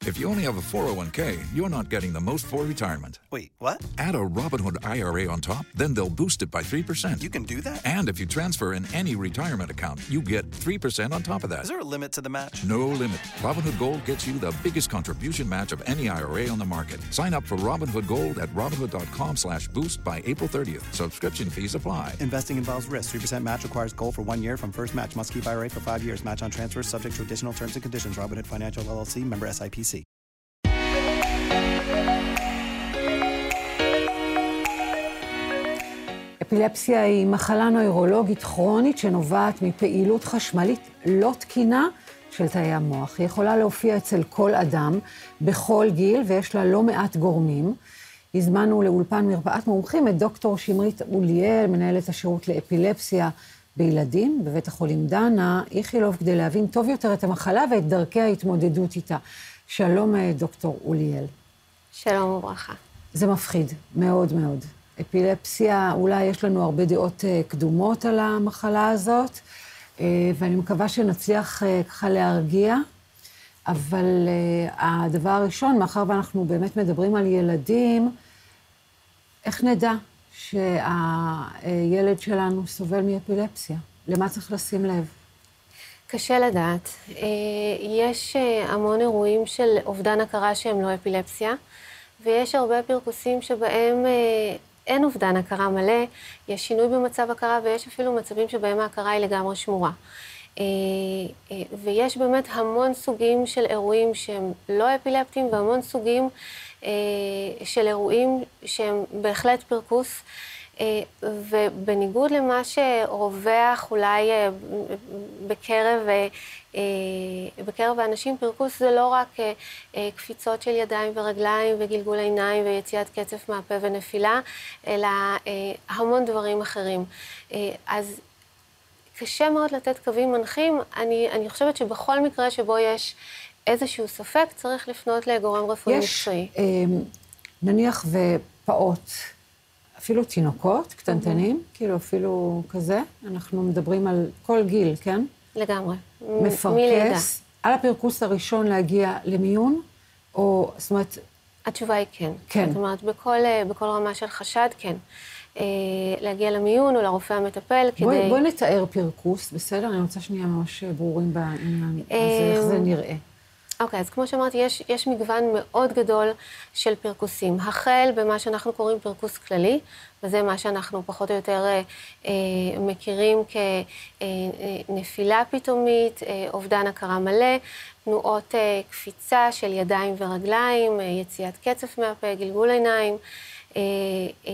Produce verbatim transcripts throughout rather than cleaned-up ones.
If you only have a four oh one k, you're not getting the most for retirement. Wait, what? Add a Robinhood I R A on top, then they'll boost it by three percent. You can do that? And if you transfer in any retirement account, you get three percent on top of that. Is there a limit to the match? No limit. Robinhood Gold gets you the biggest contribution match of any I R A on the market. Sign up for Robinhood Gold at robinhood.com slash boost by April thirtieth. Subscription fees apply. Investing involves risk. three percent match requires gold for one year from first match. Must keep I R A for five years. Match on transfers subject to additional terms and conditions. Robinhood Financial L L C, member S I P C. אפילפסיה היא מחלה נוירולוגית כרונית שנובעת מפעילות חשמלית לא תקינה של תאי המוח. היא יכולה להופיע אצל כל אדם בכל גיל ויש לה לא מעט גורמים. הזמנו לאולפן מרפאת מומחים את דוקטור שמרית אוליאל, מנהלת השירות לאפילפסיה בילדים בבית החולים דנה, איכילוב, כדי להבין טוב יותר את המחלה ואת דרכי ההתמודדות איתה. שלום דוקטור אוליאל. שלום וברכה. זה מפחיד, מאוד מאוד. אפילפסיה, אולי יש לנו הרבה דעות קדומות על המחלה הזאת, ואני מקווה שנצליח ככה להרגיע, אבל הדבר הראשון, מאחר ואנחנו באמת מדברים על ילדים, איך נדע שהילד שלנו סובל מאפילפסיה? למה צריך לשים לב? קשה לדעת. יש המון אירועים של אובדן הכרה שהם לא אפילפסיה, ויש הרבה פרכוסים שבהם אין אובדן הכרה מלא, יש שינוי במצב הכרה, ויש אפילו מצבים שבהם ההכרה היא לגמרי שמורה. ויש באמת המון סוגים של אירועים שהם לא אפילפטיים, והמון סוגים של אירועים שהם בהחלט פרכוס, ובניגוד למה שרווח אולי בקרב, בקרב האנשים, פרכוס זה לא רק קפיצות של ידיים ורגליים וגלגול עיניים ויציאת קצף מהפה ונפילה, אלא המון דברים אחרים. אז קשה מאוד לתת קווים מנחים. אני, אני חושבת שבכל מקרה שבו יש איזשהו ספק, צריך לפנות לגורם רפואי מקצועי. יש, נניח ופעות, אפילו תינוקות, קטנטנים, mm-hmm. כאילו אפילו כזה, אנחנו מדברים על כל גיל, כן? לגמרי. מפרכס, על הפרכוס הראשון להגיע למיון, או, זאת אומרת... התשובה היא כן. כן. זאת אומרת, בכל, בכל רמה של חשד, כן. להגיע למיון או לרופא המטפל כדי... בואי, בואי נתאר פרכוס, בסדר? אני רוצה שנייה ממש ברורים בעניין, אז איך זה נראה. אוקיי, אז כמו שאמרתי, יש, יש מגוון מאוד גדול של פרכוסים. החל במה שאנחנו קוראים פרכוס כללי, וזה מה שאנחנו פחות או יותר אה, מכירים כנפילה פתאומית, אה, אובדן הכרה מלא, תנועות אה, קפיצה של ידיים ורגליים, אה, יציאת קצף מהפה, גלגול עיניים, אה, אה,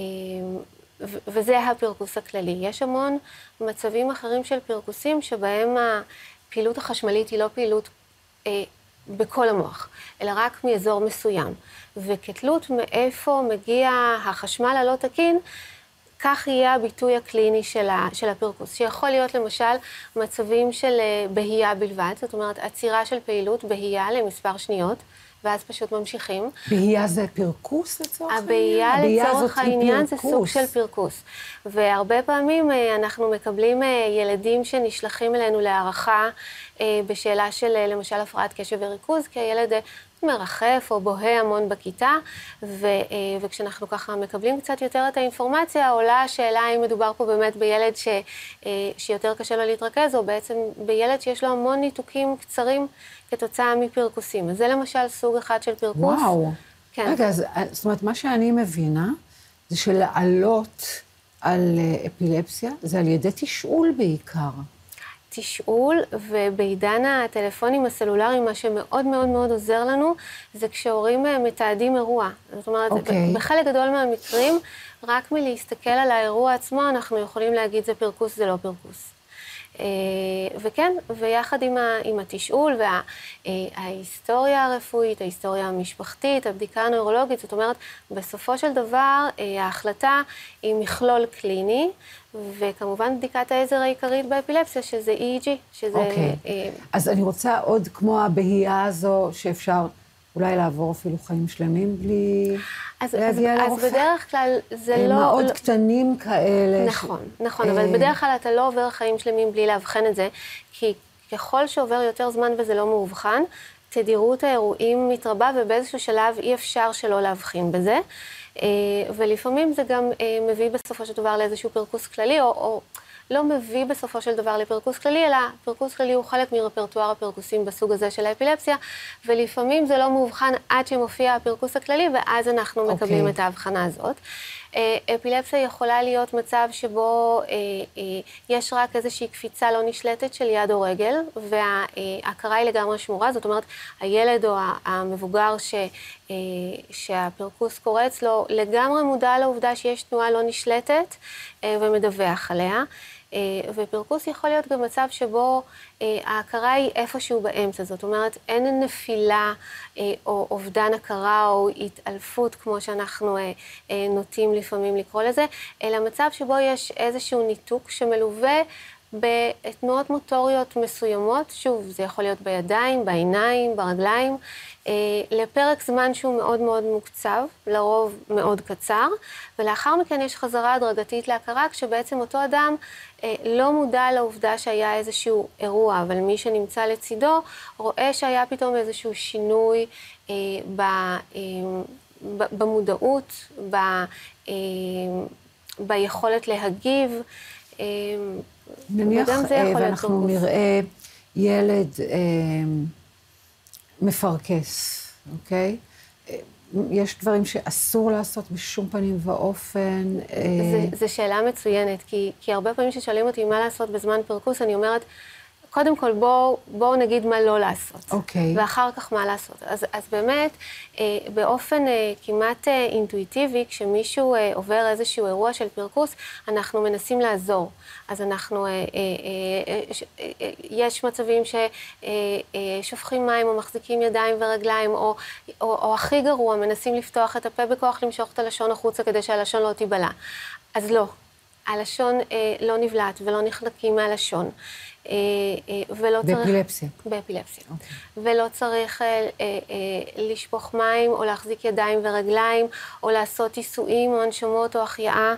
וזה הפרכוס הכללי. יש המון מצבים אחרים של פרכוסים שבהם הפעילות החשמלית היא לא פעילות אה, בכל המוח, אלא רק מאזור מסוים. וכתלות מאיפה מגיע החשמל הלא תקין, כך יהיה הביטוי הקליני של, ה, של הפרכוס, שיכול להיות למשל מצבים של בהייה בלבד, זאת אומרת עצירה של פעילות בהייה למספר שניות, ואז פשוט ממשיכים. בהייה זה פרכוס לצורך העניין? הבהייה לצורך העניין זה סוג של פרכוס. והרבה פעמים אנחנו מקבלים ילדים שנשלחים אלינו להערכה בשאלה של למשל הפרעת קשב וריכוז, כי הילד מרחף או בוהה המון בכיתה, ו, וכשאנחנו ככה מקבלים קצת יותר את האינפורמציה, עולה השאלה אם מדובר פה באמת בילד ש, שיותר קשה לו להתרכז, או בעצם בילד שיש לו המון ניתוקים קצרים כתוצאה מפרכוסים. אז זה למשל סוג אחד של פרכוס. וואו. כן. רגע, אז, זאת אומרת, מה שאני מבינה, זה שלעלות על אפילפסיה, זה על ידי תשאול בעיקר. תשאול, ובעידן הטלפונים הסלולריים, מה שמאוד מאוד מאוד עוזר לנו, זה כשהורים מתעדים אירוע. זאת אומרת, okay. בחלק גדול מהמקרים, רק מלהסתכל על האירוע עצמו, אנחנו יכולים להגיד זה פרכוס, זה לא פרכוס. וכן, ויחד עם, ה, עם התשאול וההיסטוריה הרפואית, ההיסטוריה המשפחתית, הבדיקה הנוירולוגית, זאת אומרת, בסופו של דבר, ההחלטה היא מכלול קליני, וכמובן בדיקת העזר העיקרית באפילפסיה, שזה אי אי ג'י, שזה... אוקיי, אז אני רוצה עוד כמו הבהייה הזו, שאפשר אולי לעבור אפילו חיים שלמים בלי להגיע לרופא. אז בדרך כלל זה לא... מאוד קטנים כאלה. נכון, נכון, אבל בדרך כלל אתה לא עובר חיים שלמים בלי להבחן את זה, כי ככל שעובר יותר זמן וזה לא מאובחן, תדירות האירועים מתרבה, ובאיזשהו שלב אי אפשר שלא להבחין בזה. ולפעמים זה גם מביא בסופו של דבר לאיזשהו פרקוס כללי, או, או לא מביא בסופו של דבר לפרקוס כללי, אלא פרקוס כללי הוא חלק מרפרטואר הפרקוסים בסוג הזה של האפילפסיה, ולפעמים זה לא מאובחן עד שמופיע הפרקוס הכללי, ואז אנחנו okay. מקבלים את ההבחנה הזאת. אפילפסיה יכולה להיות מצב שבו יש רק איזושהי קפיצה לא נשלטת של יד או רגל, וההכרה היא לגמרי שמורה, זאת אומרת, הילד או המבוגר ש, שהפרקוס קורה אצלו לגמרי מודע לעובדה שיש תנועה לא נשלטת ומדווח עליה. ופרקוס יכול להיות גם מצב שבו ההכרה היא איפשהו באמצע, זאת אומרת, אין נפילה או אובדן הכרה או התעלפות, כמו שאנחנו נוטים לפעמים לקרוא לזה, אלא מצב שבו יש איזשהו ניתוק שמלווה בתנועות מוטוריות מסוימות, שוב, זה יכול להיות בידיים, בעיניים, ברגליים, לפרק זמן שהוא מאוד מאוד מוקצב, לרוב מאוד קצר, ולאחר מכן יש חזרה הדרגתית להכרה, כשבעצם אותו אדם לא מודע לעובדה שהיה איזשהו אירוע, אבל מי שנמצא לצידו רואה שהיה פתאום איזשהו שינוי במודעות, ביכולת להגיב. נניח, ואנחנו נראה ילד מפרקס, אוקיי? יש דברים שאסור לעשות בשום פנים ואופן. זו שאלה מצוינת, כי, כי הרבה פעמים ששואלים אותי מה לעשות בזמן פרקוס, אני אומרת, קודם כל בואו בוא נגיד מה לא לעשות, אוקיי. ואחר כך מה לעשות. אז, אז באמת, אה, באופן אה, כמעט אה, אינטואיטיבי, כשמישהו אה, עובר איזשהו אירוע של פרקוס, אנחנו מנסים לעזור. אז אנחנו, אה, אה, אה, ש, אה, אה, יש מצבים ששופכים מים או מחזיקים ידיים ורגליים, או, או, או הכי גרוע, מנסים לפתוח את הפה בכוח, למשוך את הלשון החוצה כדי שהלשון לא תיבלע. אז לא, הלשון אה, לא נבלעת ולא נחלקים מהלשון. ולא צריך... באפילפסיה. באפילפסיה. ולא צריך לשפוך מים או להחזיק ידיים ורגליים, או לעשות עיסויים או הנשמות או החייאה.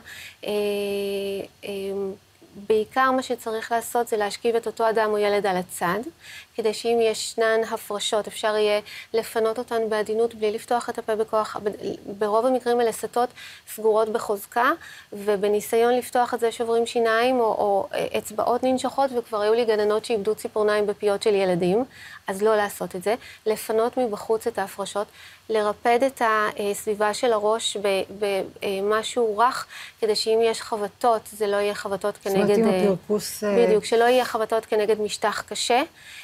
בעיקר מה שצריך לעשות זה להשכיב את אותו אדם או ילד על הצד, כדי שאם ישנן הפרשות אפשר יהיה לפנות אותן בעדינות בלי לפתוח את הפה בכוח. ברוב המקרים אלה סתות סגורות בחוזקה, ובניסיון לפתוח את זה שוברים שיניים או, או אצבעות ננשכות, וכבר היו לי גננות שאיבדו ציפורניים בפיות של ילדים, אז לא לעשות את זה. לפנות מבחוץ את ההפרשות, לרפד את הסביבה של הראש במשהו רך, כדי שאם יש חבטות, זה לא יהיה חבטות כנגד... זאת אומרת, עם הפרקוס... בדיוק, שלא יהיה חבטות כנגד משטח קשה,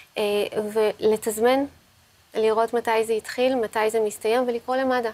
ולתזמן, לראות מתי זה התחיל, מתי זה מסתיים, ולקרוא למד"א.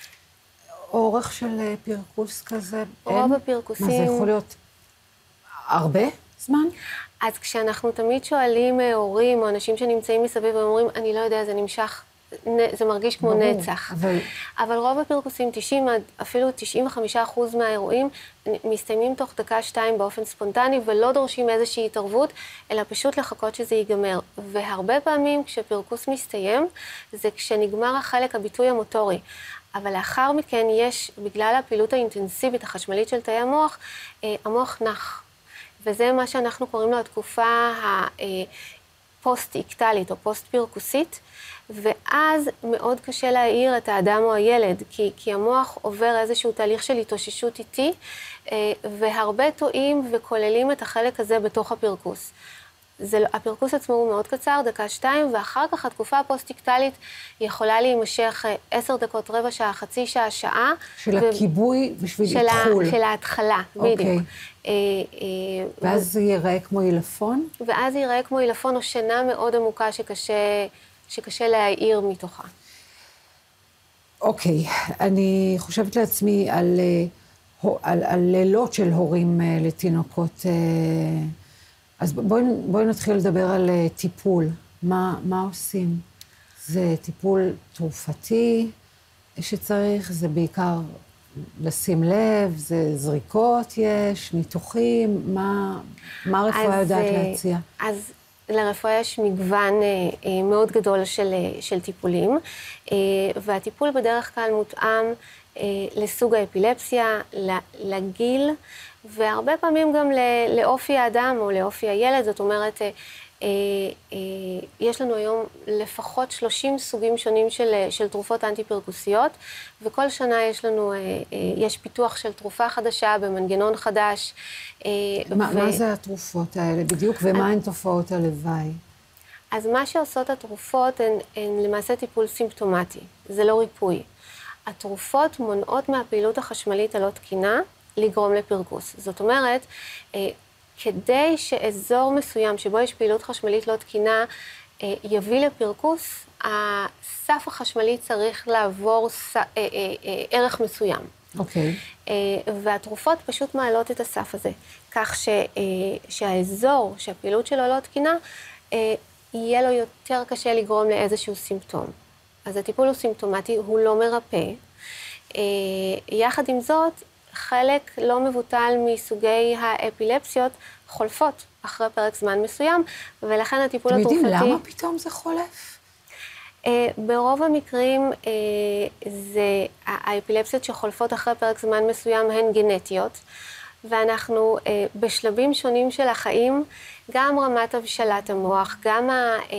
אורך של פרקוס כזה? רוב הפרקוסים... מה, זה יכול להיות הרבה זמן? אז כשאנחנו תמיד שואלים הורים או אנשים שנמצאים מסביב ואומרים, אני לא יודע, זה נמשך, זה מרגיש כמו ברור, נצח. אבל... אבל רוב הפרקוסים, תשעים, אפילו תשעים וחמישה אחוז מהאירועים, מסתיימים תוך דקה שתיים באופן ספונטני, ולא דורשים איזושהי התערבות, אלא פשוט לחכות שזה ייגמר. והרבה פעמים כשפרקוס מסתיים, זה כשנגמר החלק הביטוי המוטורי. אבל לאחר מכן יש, בגלל הפעילות האינטנסיבית החשמלית של תאי המוח, המוח נח. וזה מה שאנחנו קוראים לו התקופה הפוסט-איקטלית או פוסט-פרקוסית, ואז מאוד קשה להעיר את האדם או הילד, כי, כי המוח עובר איזשהו תהליך של התאוששות איטי, והרבה טועים וכוללים את החלק הזה בתוך הפרקוס. זה, הפרקוס עצמו הוא מאוד קצר, דקה שתיים, ואחר כך התקופה הפוסט-איקטלית יכולה להימשך עשר דקות, רבע שעה, חצי שעה, שעה. של ו... הכיבוי בשביל של איתחול. ה... של ההתחלה, אוקיי. בדיוק. ואז זה ייראה כמו עילפון? ואז זה ייראה כמו עילפון או שינה מאוד עמוקה שקשה, שקשה להעיר מתוכה. אוקיי, אני חושבת לעצמי על, על, על לילות של הורים לתינוקות. אז בואי, בואי נתחיל לדבר על טיפול. מה, מה עושים? זה טיפול תרופתי שצריך, זה בעיקר לשים לב, זה זריקות יש, ניתוחים, מה, מה הרפואה יודעת להציע? אז לרפואה יש מגוון אה, מאוד גדול של, של טיפולים, אה, והטיפול בדרך כלל מותאם אה, לסוג האפילפסיה, לגיל, והרבה פעמים גם לאופי האדם או לאופי הילד, זאת אומרת, יש לנו היום לפחות שלושים סוגים שונים של, של תרופות אנטי-פרכוסיות, וכל שנה יש לנו, יש פיתוח של תרופה חדשה במנגנון חדש. מה, ו... מה זה התרופות האלה בדיוק, ומה הן תופעות הלוואי? אז מה שעושות התרופות הן, הן למעשה טיפול סימפטומטי, זה לא ריפוי. התרופות מונעות מהפעילות החשמלית הלא תקינה לגרום לפרכוס. זאת אומרת, כדי שאזור מסוים שבו יש פעילות חשמלית לא תקינה יביא לפרכוס, הסף החשמלי צריך לעבור ס... ערך מסוים. אוקיי. Okay. והתרופות פשוט מעלות את הסף הזה, כך ש... שהאזור שהפעילות שלו לא תקינה, יהיה לו יותר קשה לגרום לאיזשהו סימפטום. אז הטיפול הוא סימפטומטי, הוא לא מרפא. יחד עם זאת, חלק לא מבוטל מסוגי האפילפסיות חולפות אחרי פרק זמן מסוים, ולכן הטיפול התרופתי... אתם יודעים למה פתאום זה חולף? ברוב המקרים, זה, האפילפסיות שחולפות אחרי פרק זמן מסוים הן גנטיות, ואנחנו בשלבים שונים של החיים, גם רמת הבשלת המוח, גם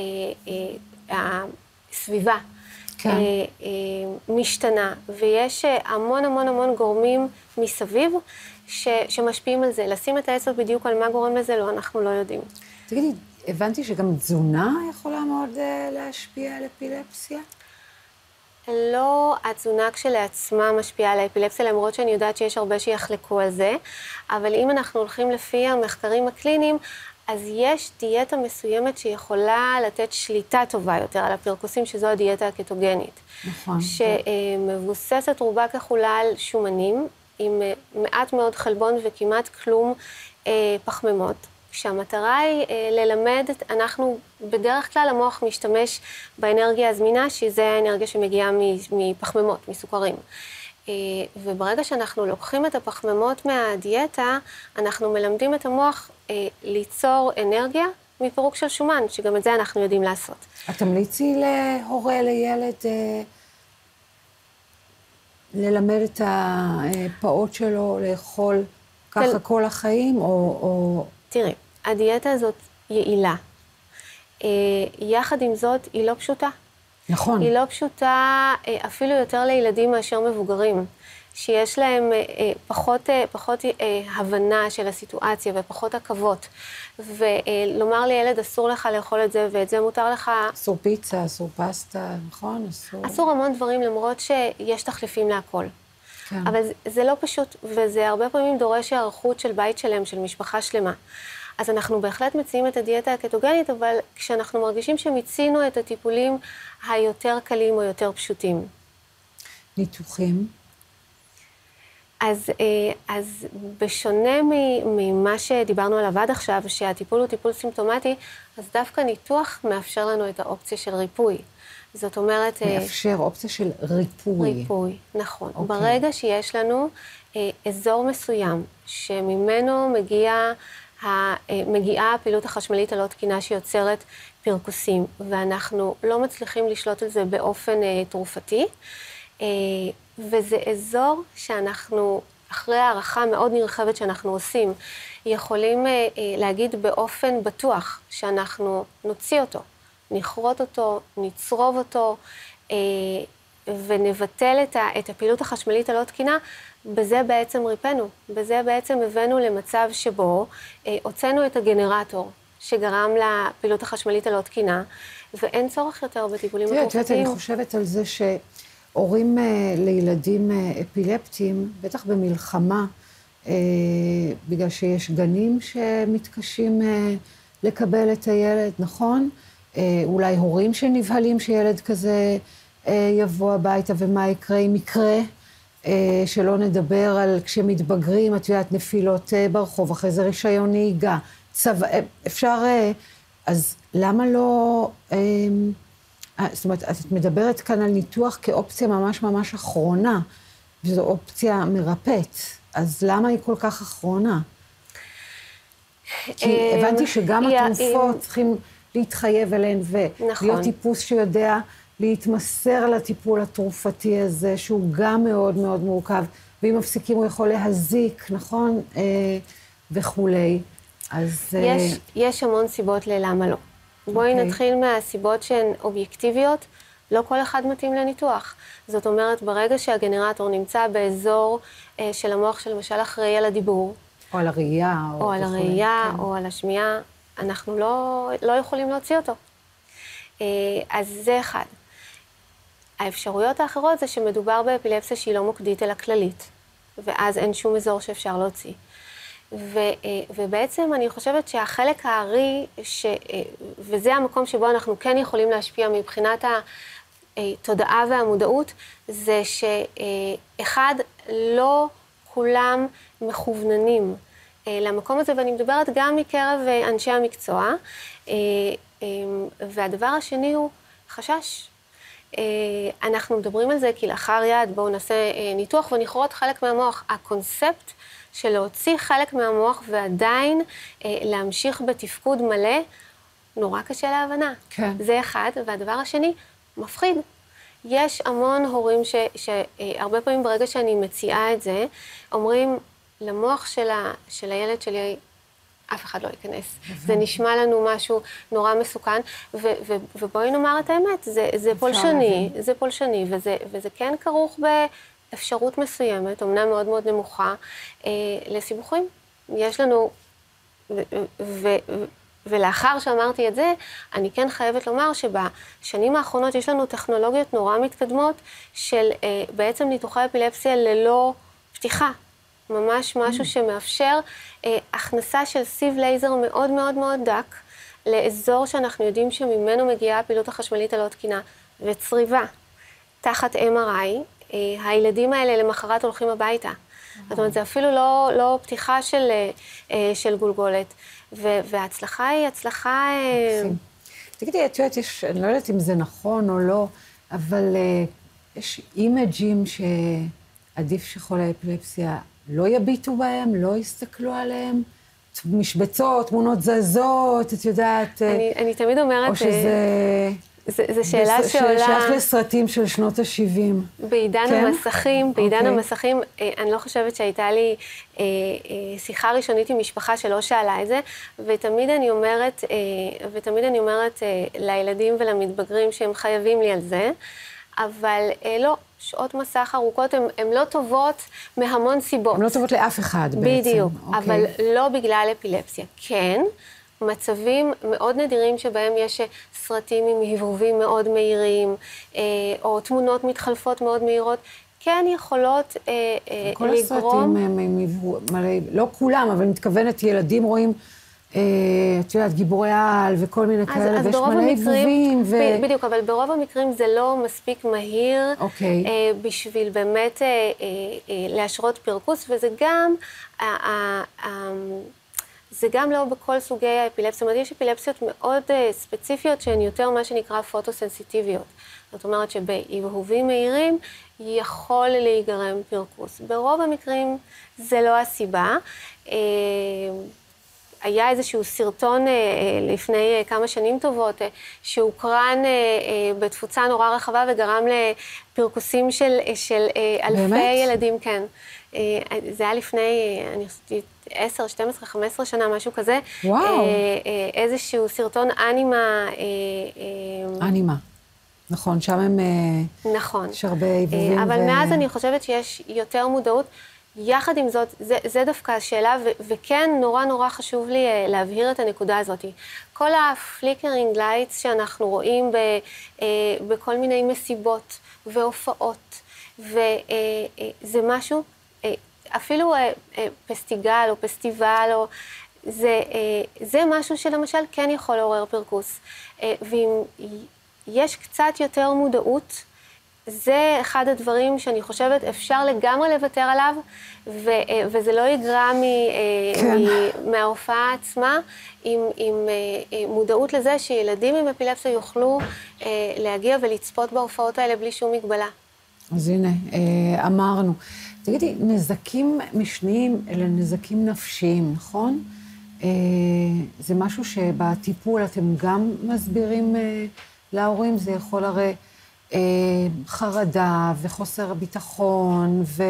הסביבה, כן. משתנה, ויש המון המון המון גורמים מסביב ש, שמשפיעים על זה. לשים את האצבע בדיוק על מה גורם לזה, לא, אנחנו לא יודעים. תגידי, הבנתי שגם תזונה יכולה מאוד להשפיע על אפילפסיה? לא, התזונה כשלעצמה משפיעה על האפילפסיה, למרות שאני יודעת שיש הרבה שיחלקו על זה, אבל אם אנחנו הולכים לפי המחקרים הקליניים, אז יש דיאטה מסוימת שיכולה לתת שליטה טובה יותר על הפרכוסים, שזו הדיאטה הקטוגנית. נכון. שמבוססת רובה ככולה על שומנים, עם מעט מאוד חלבון וכמעט כלום אה, פחמימות. כשהמטרה היא אה, ללמד, אנחנו בדרך כלל המוח משתמש באנרגיה הזמינה, שזה האנרגיה שמגיעה מפחמימות, מסוכרים. אה, וברגע שאנחנו לוקחים את הפחמימות מהדיאטה, אנחנו מלמדים את המוח אה, ליצור אנרגיה מפירוק של שומן, שגם את זה אנחנו יודעים לעשות. את תמליצי להורה, לילד, אה, ללמד את הפעוט שלו לאכול ככה כל החיים, או... או... תראי, הדיאטה הזאת יעילה. יחד עם זאת, היא לא פשוטה. נכון. היא לא פשוטה אפילו יותר לילדים מאשר מבוגרים, שיש להם פחות, פחות הבנה של הסיטואציה ופחות עקבות. ולומר לילד, אסור לך לאכול את זה, ואת זה מותר לך... אסור פיצה, אסור פסטה, נכון? אסור... אסור המון דברים, למרות שיש תחליפים להכל. כן. אבל זה, זה לא פשוט, וזה הרבה פעמים דורש הערכות של בית שלם, של משפחה שלמה. אז אנחנו בהחלט מציעים את הדיאטה הקטוגנית, אבל כשאנחנו מרגישים שמיצינו את הטיפולים היותר קלים או יותר פשוטים. ניתוחים? אז, אז בשונה ממה שדיברנו עליו עד עכשיו, שהטיפול הוא טיפול סימפטומטי, אז דווקא ניתוח מאפשר לנו את האופציה של ריפוי. זאת אומרת... מאפשר אופציה של ריפוי. ריפוי, נכון. Okay. ברגע שיש לנו אה, אזור מסוים, שממנו מגיע, ה, אה, מגיעה הפעילות החשמלית הלא תקינה שיוצרת פרכוסים, ואנחנו לא מצליחים לשלוט על זה באופן אה, תרופתי, אה, וזה אזור שאנחנו, אחרי הערכה מאוד נרחבת שאנחנו עושים, יכולים אה, אה, להגיד באופן בטוח שאנחנו נוציא אותו. נכרות אותו, נצרוב אותו, אה, ונבטל את, ה, את הפעילות החשמלית הלא תקינה, בזה בעצם ריפאנו. בזה בעצם הבאנו למצב שבו אה, הוצאנו את הגנרטור שגרם לפעילות החשמלית הלא תקינה, ואין צורך יותר בטיפולים התרופתיים. תראי, אני חושבת על זה שהורים אה, לילדים אה, אפילפטיים, בטח במלחמה, אה, בגלל שיש גנים שמתקשים אה, לקבל את הילד, נכון? אולי הורים שנבהלים שילד כזה יבוא הביתה, ומה יקרה אם יקרה, שלא נדבר על כשמתבגרים, את יודעת, נפילות ברחוב, אחרי זה רישיון נהיגה, צבא, אפשר, אז למה לא, זאת אומרת, את מדברת כאן על ניתוח כאופציה ממש ממש אחרונה, וזו אופציה מרפאת, אז למה היא כל כך אחרונה? כי הבנתי שגם התרופות צריכים... להתחייב אליהן ולהיות נכון. טיפוס שיודע להתמסר לטיפול התרופתי הזה, שהוא גם מאוד מאוד מורכב, ואם מפסיקים הוא יכול להזיק, נכון? אה, וכולי. אז... יש, אה... יש המון סיבות ללמה לא. בואי נתחיל מהסיבות שהן אובייקטיביות, לא כל אחד מתאים לניתוח. זאת אומרת, ברגע שהגנרטור נמצא באזור אה, של המוח שלמשל אחראי על הדיבור, או על הראייה, או, או על הראייה, כן. או על השמיעה, אנחנו לא, לא יכולים להוציא אותו. אה, אז זה אחד. האפשרויות האחרות זה שמדובר באפילפסיה שהיא לא מוקדית אלא כללית, ואז אין שום אזור שאפשר להוציא. ו, ובעצם אני חושבת שהחלק הארי, ש, וזה המקום שבו אנחנו כן יכולים להשפיע מבחינת התודעה והמודעות, זה שאחד, לא כולם מכווננים למקום הזה, ואני מדברת גם מקרב אנשי המקצוע, והדבר השני הוא חשש. אנחנו מדברים על זה כי לאחר יד, בואו נעשה ניתוח ונכרות חלק מהמוח. הקונספט של להוציא חלק מהמוח ועדיין להמשיך בתפקוד מלא, נורא קשה להבנה. כן. זה אחד, והדבר השני, מפחיד. יש המון הורים ש, שהרבה פעמים ברגע שאני מציעה את זה, אומרים, למוח של, ה, של הילד שלי, אף אחד לא ייכנס. זה נשמע לנו משהו נורא מסוכן, ו, ו, ובואי נאמר את האמת, זה, זה פולשני, זה פולשני, וזה, וזה כן כרוך באפשרות מסוימת, אמנם מאוד מאוד נמוכה, אה, לסיבוכים. יש לנו, ו, ו, ו, ולאחר שאמרתי את זה, אני כן חייבת לומר שבשנים האחרונות יש לנו טכנולוגיות נורא מתקדמות של אה, בעצם ניתוחי אפילפסיה ללא פתיחה. ממש משהו שמאפשר אה, הכנסה של סיב לייזר מאוד מאוד מאוד דק, לאזור שאנחנו יודעים שממנו מגיעה הפעילות החשמלית הלא תקינה, וצריבה, תחת אם אר איי, אה, הילדים האלה למחרת הולכים הביתה. זאת אומרת, זה אפילו לא, לא פתיחה של, אה, של גולגולת, ו, וההצלחה היא הצלחה... אה... תגידי, את יודעת, יש, אני לא יודעת אם זה נכון או לא, אבל אה, יש אימג'ים שעדיף שחולי אפילפסיה לא יביטו בהם, לא יסתכלו עליהם, משבצות, תמונות זזות, את יודעת... אני, אני תמיד אומרת... או שזה... זה, זה שאלה בס... שעולה... ששייך לסרטים של שנות ה-שבעים. בעידן כן? המסכים, בעידן okay. המסכים, אני לא חושבת שהייתה לי אה, אה, שיחה ראשונית עם משפחה שלא שאלה את זה, ותמיד אני אומרת, אה, ותמיד אני אומרת אה, לילדים ולמתבגרים שהם חייבים לי על זה, אבל אה, לא, שעות מסך ארוכות הן לא טובות מהמון סיבות. הן לא טובות לאף אחד בעצם. בדיוק, okay. אבל לא בגלל אפילפסיה. כן, מצבים מאוד נדירים שבהם יש סרטים עם הבהובים מאוד מהירים, או תמונות מתחלפות מאוד מהירות, כן יכולות לגרום... כל הסרטים הם הבהובים, לא כולם, אבל מתכוונת ילדים רואים, את יודעת, גיבורי העל וכל מיני כאלה, ויש מלא הבהובים. בדיוק, אבל ברוב המקרים זה לא מספיק מהיר בשביל באמת להשרות פרקוס, וזה גם... זה גם לא בכל סוגי האפילפסיה, זאת אומרת, יש אפילפסיות מאוד uh, ספציפיות שהן יותר מה שנקרא פוטוסנסיטיביות. זאת אומרת שבהבהובים מהירים יכול להיגרם פרקוס. ברוב המקרים זה לא הסיבה. Uh, היה איזשהו סרטון uh, לפני uh, כמה שנים טובות, uh, שהוקרן uh, uh, בתפוצה נורא רחבה וגרם לפרקוסים של, של uh, אלפי באמת? ילדים, כן. Uh, זה היה לפני, uh, אני חושבת, עשר, שתים עשרה, חמש עשרה שנה, משהו כזה. וואו. אה, אה, איזשהו סרטון אנימה. אה, אה, אנימה. נכון, שם הם... נכון. יש הרבה עיבובים. אה, אבל ו... מאז אני חושבת שיש יותר מודעות. יחד עם זאת, זה, זה דווקא השאלה, ו- וכן נורא נורא חשוב לי אה, להבהיר את הנקודה הזאת. כל הפליקרינג לייטס שאנחנו רואים ב, אה, בכל מיני מסיבות והופעות, וזה אה, משהו... אה, אפילו אה, אה, פסטיגל או פסטיבל, או, זה, אה, זה משהו שלמשל כן יכול לעורר פרקוס. אה, ואם יש קצת יותר מודעות, זה אחד הדברים שאני חושבת אפשר לגמרי לוותר עליו, ו, אה, וזה לא יגרע מ, אה, כן. מ, מההופעה עצמה, עם, עם אה, מודעות לזה שילדים עם אפילפסיה יוכלו אה, להגיע ולצפות בהופעות האלה בלי שום מגבלה. אז הנה, אה, אמרנו. תגידי, נזקים משניים אלה נזקים נפשיים, נכון? אה, זה משהו שבטיפול אתם גם מסבירים אה, להורים, זה יכול הרי אה, חרדה וחוסר ביטחון, ו...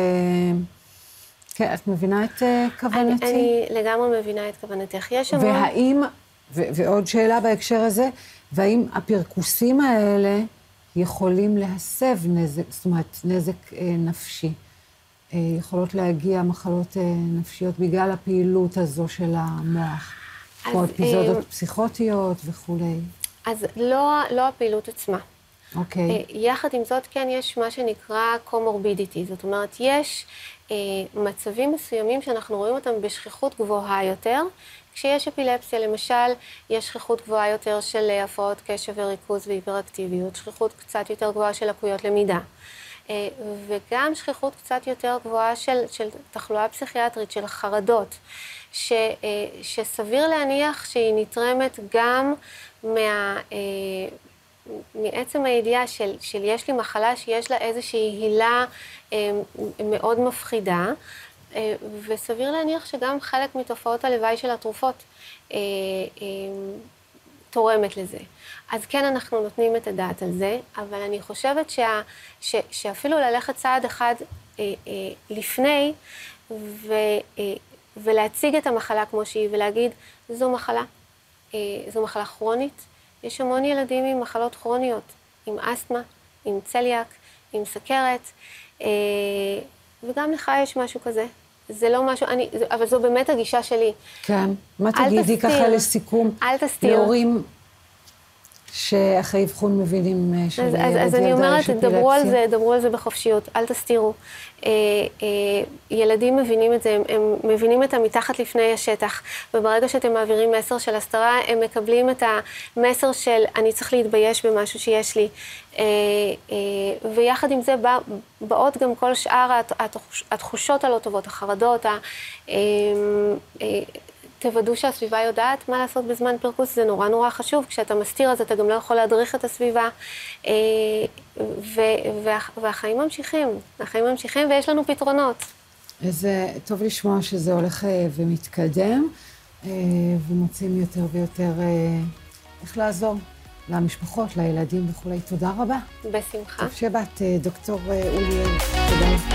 כן, את מבינה את אה, כוונתי? אני, אני לגמרי מבינה את כוונתך. יש המון... והאם ו- ועוד שאלה בהקשר הזה, והאם הפרקוסים האלה יכולים להסב נזק, זאת אומרת, נזק אה, נפשי? אה, יכולות להגיע מחלות אה, נפשיות בגלל הפעילות הזו של המוח, כמו אפיזודות אה, פסיכוטיות וכולי. אז לא, לא הפעילות עצמה. אוקיי. יחד עם זאת, כן, יש מה שנקרא קומורבידיטי. זאת אומרת, יש אה, מצבים מסוימים שאנחנו רואים אותם בשכיחות גבוהה יותר. כשיש אפילפסיה, למשל, יש שכיחות גבוהה יותר של הפרעות קשב וריכוז והיפראקטיביות, שכיחות קצת יותר גבוהה של לקויות למידה, אה, וגם שכיחות קצת יותר גבוהה של, של תחלואה פסיכיאטרית, של חרדות, ש, אה, שסביר להניח שהיא נתרמת גם מה... אה, מעצם הידיעה של, של יש לי מחלה שיש לה איזושהי הילה אה, מאוד מפחידה, אה, וסביר להניח שגם חלק מתופעות הלוואי של התרופות אה, אה, תורמת לזה. אז כן, אנחנו נותנים את הדעת על זה, אבל אני חושבת שה, ש, שאפילו ללכת צעד אחד אה, אה, לפני ו, אה, ולהציג את המחלה כמו שהיא ולהגיד, זו מחלה, אה, זו מחלה כרונית, יש המון ילדים עם מחלות כרוניות, עם אסתמה, עם צליאק, עם סכרת, וגם לך יש משהו כזה. זה לא משהו, אני, אבל זו באמת הגישה שלי. כן. מה תגידי ככה לסיכום? אל תסתיר. להורים שאחרי אבחון מבינים של ילד ילדה אז אני אומרת, דברו על זה, דברו על זה בחופשיות, אל תסתירו. ילדים מבינים את זה, הם, הם מבינים את המתחת לפני השטח, וברגע שאתם מעבירים מסר של הסתרה, הם מקבלים את המסר של אני צריך להתבייש במשהו שיש לי, ויחד עם זה בא, באות גם כל שאר התחושות הלא טובות, החרדות, תוודאו שהסביבה יודעת מה לעשות בזמן פרקוס, זה נורא נורא חשוב. כשאתה מסתיר אז אתה גם לא יכול להדריך את הסביבה, והחיים ממשיכים, החיים ממשיכים ויש לנו פתרונות. זה טוב לשמוע שזה הולך ומתקדם, ומוצאים יותר ויותר איך לעזור למשפחות, לילדים וכולי. תודה רבה. בשמחה. טוב שבאת, דוקטור אוליאל. תודה.